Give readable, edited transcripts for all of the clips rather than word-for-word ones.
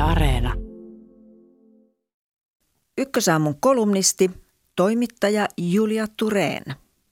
Areena. Ykkösaamun kolumnisti, toimittaja Julia Thurén.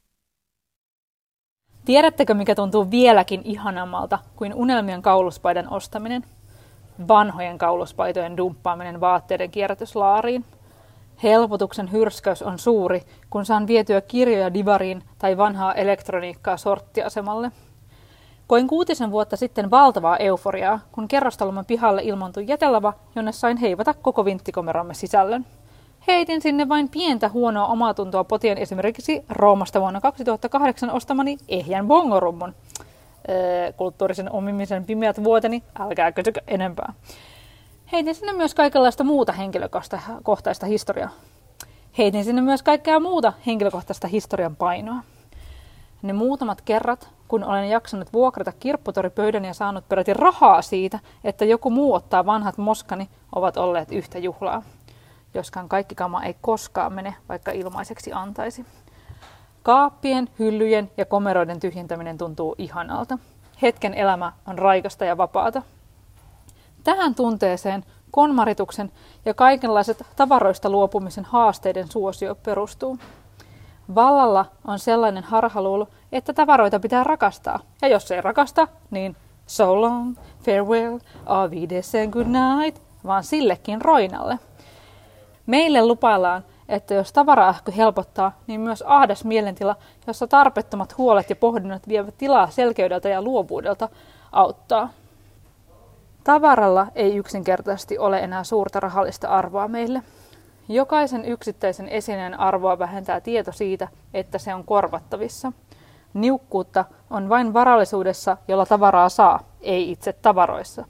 Tiedättekö, mikä tuntuu vieläkin ihanammalta kuin unelmien kauluspaidan ostaminen? Vanhojen kauluspaitojen dumppaaminen vaatteiden kierrätyslaariin. Helpotuksen hyrskäys on suuri, kun saan vietyä kirjoja divariin tai vanhaa elektroniikkaa sorttiasemalle. Koin 6 vuotta sitten valtavaa euforiaa, kun kerrostalomme pihalle ilmaantui jätelava, jonne sain heivata koko vinttikomeromme sisällön. Heitin sinne vain pientä huonoa omatuntoa potien esimerkiksi Roomasta vuonna 2008 ostamani ehjän bongorummun. Kulttuurisen omimisen pimeät vuoteni, älkää kysykö enempää. Heitin sinne myös kaikenlaista muuta henkilökohtaista historiaa. Heitin sinne myös kaikkea muuta henkilökohtaista historian painoa. Ne muutamat kerrat, kun olen jaksanut vuokrata kirpputoripöydän ja saanut peräti rahaa siitä, että joku muu ottaa vanhat moskani, ovat olleet yhtä juhlaa. Joskaan kaikki kama ei koskaan mene, vaikka ilmaiseksi antaisi. Kaappien, hyllyjen ja komeroiden tyhjentäminen tuntuu ihanalta. Hetken elämä on raikasta ja vapaata. Tähän tunteeseen konmarituksen ja kaikenlaiset tavaroista luopumisen haasteiden suosio perustuu. Vallalla on sellainen harhaluulo, että tavaroita pitää rakastaa. Ja jos ei rakasta, niin so long, farewell, auf Wiedersehen, good night, vaan sillekin roinalle. Meille lupaillaan, että jos tavaraähky helpottaa, niin myös ahdas mielentila, jossa tarpeettomat huolet ja pohdinnat vievät tilaa selkeydeltä ja luovuudelta, auttaa. Tavaralla ei yksinkertaisesti ole enää suurta rahallista arvoa meille. Jokaisen yksittäisen esineen arvoa vähentää tieto siitä, että se on korvattavissa. Niukkuutta on vain varallisuudessa, jolla tavaraa saa, ei itse tavaroissa.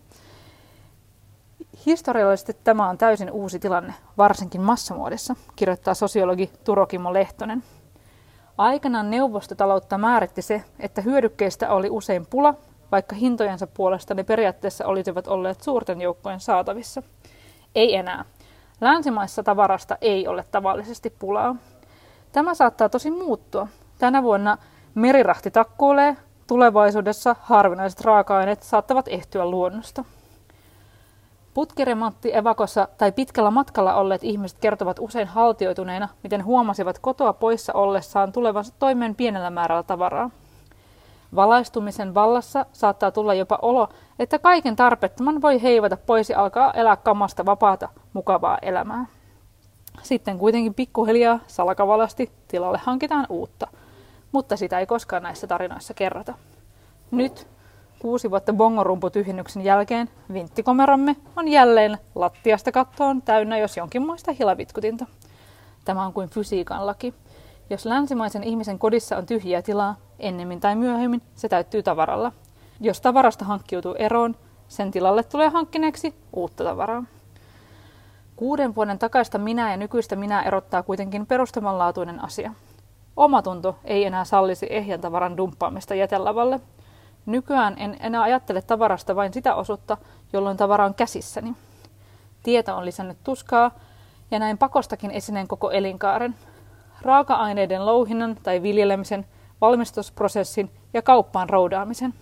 Historiallisesti tämä on täysin uusi tilanne, varsinkin massamuodissa, kirjoittaa sosiologi Turo Kimmo Lehtonen. Aikanaan neuvostotaloutta määritti se, että hyödykkeistä oli usein pula, vaikka hintojensa puolesta ne periaatteessa olisivat olleet suurten joukkojen saatavissa. Ei enää. Länsimaissa tavarasta ei ole tavallisesti pulaa. Tämä saattaa tosin muuttua. Tänä vuonna merirahti takkuilee, tulevaisuudessa harvinaiset raaka-aineet saattavat ehtyä luonnosta. Putkiremontti evakossa tai pitkällä matkalla olleet ihmiset kertovat usein haltioituneena, miten huomasivat kotoa poissa ollessaan tulevansa toimeen pienellä määrällä tavaraa. Valaistumisen vallassa saattaa tulla jopa olo, että kaiken tarpeettoman voi heivata pois ja alkaa elää kamasta vapaata, mukavaa elämää. Sitten kuitenkin pikkuhiljaa salakavalasti tilalle hankitaan uutta, mutta sitä ei koskaan näissä tarinoissa kerrota. Nyt 6 vuotta bongorumputyhjennyksen jälkeen vinttikomeromme on jälleen lattiasta kattoon täynnä jos jonkinmoista hilavitkutinta. Tämä on kuin fysiikan laki. Jos länsimaisen ihmisen kodissa on tyhjiä tilaa, ennemmin tai myöhemmin se täyttyy tavaralla. Jos tavarasta hankkiutuu eroon, sen tilalle tulee hankkineeksi uutta tavaraa. 6 vuoden takaista minää ja nykyistä minää erottaa kuitenkin perustavanlaatuinen asia. Omatunto ei enää sallisi ehjän tavaran dumppaamista jätelavalle. Nykyään en enää ajattele tavarasta vain sitä osuutta, jolloin tavara on käsissäni. Tieto on lisännyt tuskaa ja näin pakostakin esineen koko elinkaaren. Raaka-aineiden louhinnan tai viljelemisen, valmistusprosessin ja kauppaan roudaamisen.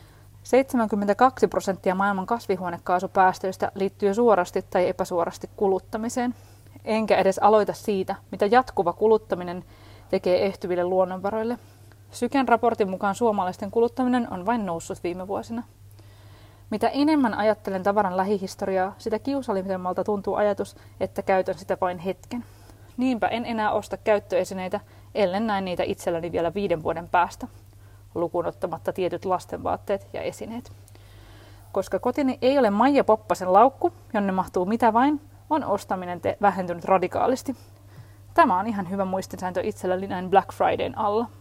72% maailman kasvihuonekaasupäästöistä liittyy suorasti tai epäsuorasti kuluttamiseen. Enkä edes aloita siitä, mitä jatkuva kuluttaminen tekee ehtyville luonnonvaroille. Syken raportin mukaan suomalaisten kuluttaminen on vain noussut viime vuosina. Mitä enemmän ajattelen tavaran lähihistoriaa, sitä kiusallisemmalta tuntuu ajatus, että käytän sitä vain hetken. Niinpä en enää osta käyttöesineitä, ellen näe niitä itselläni vielä 5 vuoden päästä, lukuun ottamatta tietyt lastenvaatteet ja esineet. Koska kotini ei ole Maija Poppasen laukku, jonne mahtuu mitä vain, on ostaminen vähentynyt radikaalisti. Tämä on ihan hyvä muistisääntö itselläni näin Black Fridayn alla.